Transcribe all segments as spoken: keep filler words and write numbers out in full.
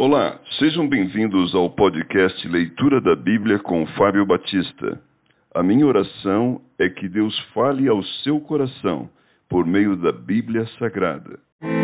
Olá, sejam bem-vindos ao podcast Leitura da Bíblia com Fábio Batista. A minha oração é que Deus fale ao seu coração por meio da Bíblia Sagrada.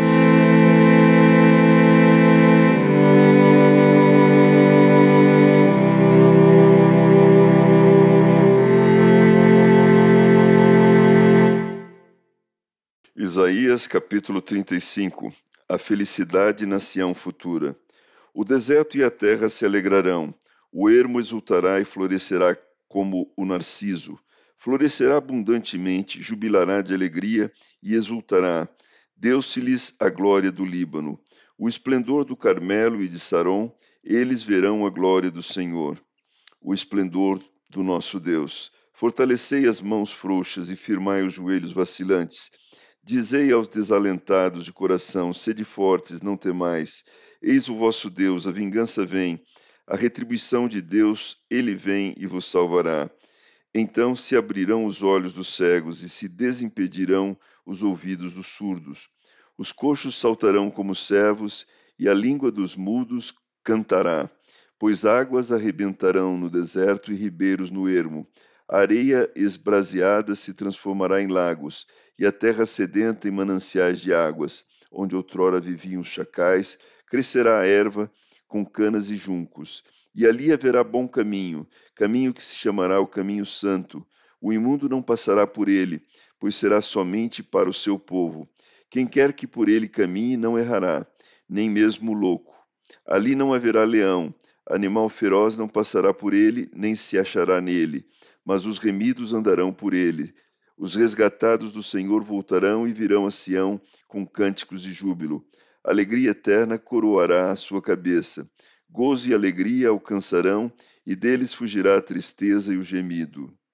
Isaías capítulo trinta e cinco. A felicidade na Sião futura. O deserto e a terra se alegrarão, o ermo exultará e florescerá como o narciso. Florescerá abundantemente, jubilará de alegria e exultará. Deu-se-lhes a glória do Líbano, o esplendor do Carmelo e de Saron, eles verão a glória do Senhor, o esplendor do nosso Deus. Fortalecei as mãos frouxas e firmai os joelhos vacilantes. Dizei aos desalentados de coração, sede fortes, não temais. Eis o vosso Deus, a vingança vem, a retribuição de Deus, ele vem e vos salvará. Então se abrirão os olhos dos cegos e se desimpedirão os ouvidos dos surdos. Os coxos saltarão como servos e a língua dos mudos cantará. Pois águas arrebentarão no deserto e ribeiros no ermo. A areia esbraseada se transformará em lagos, e a terra sedenta em mananciais de águas. Onde outrora viviam os chacais, crescerá a erva com canas e juncos. E ali haverá bom caminho, caminho que se chamará o caminho santo. O imundo não passará por ele, pois será somente para o seu povo. Quem quer que por ele caminhe não errará, nem mesmo o louco. Ali não haverá leão, animal feroz não passará por ele, nem se achará nele. Mas os remidos andarão por ele. Os resgatados do Senhor voltarão e virão a Sião com cânticos de júbilo. Alegria eterna coroará a sua cabeça. Gozo e alegria alcançarão, e deles fugirá a tristeza e o gemido.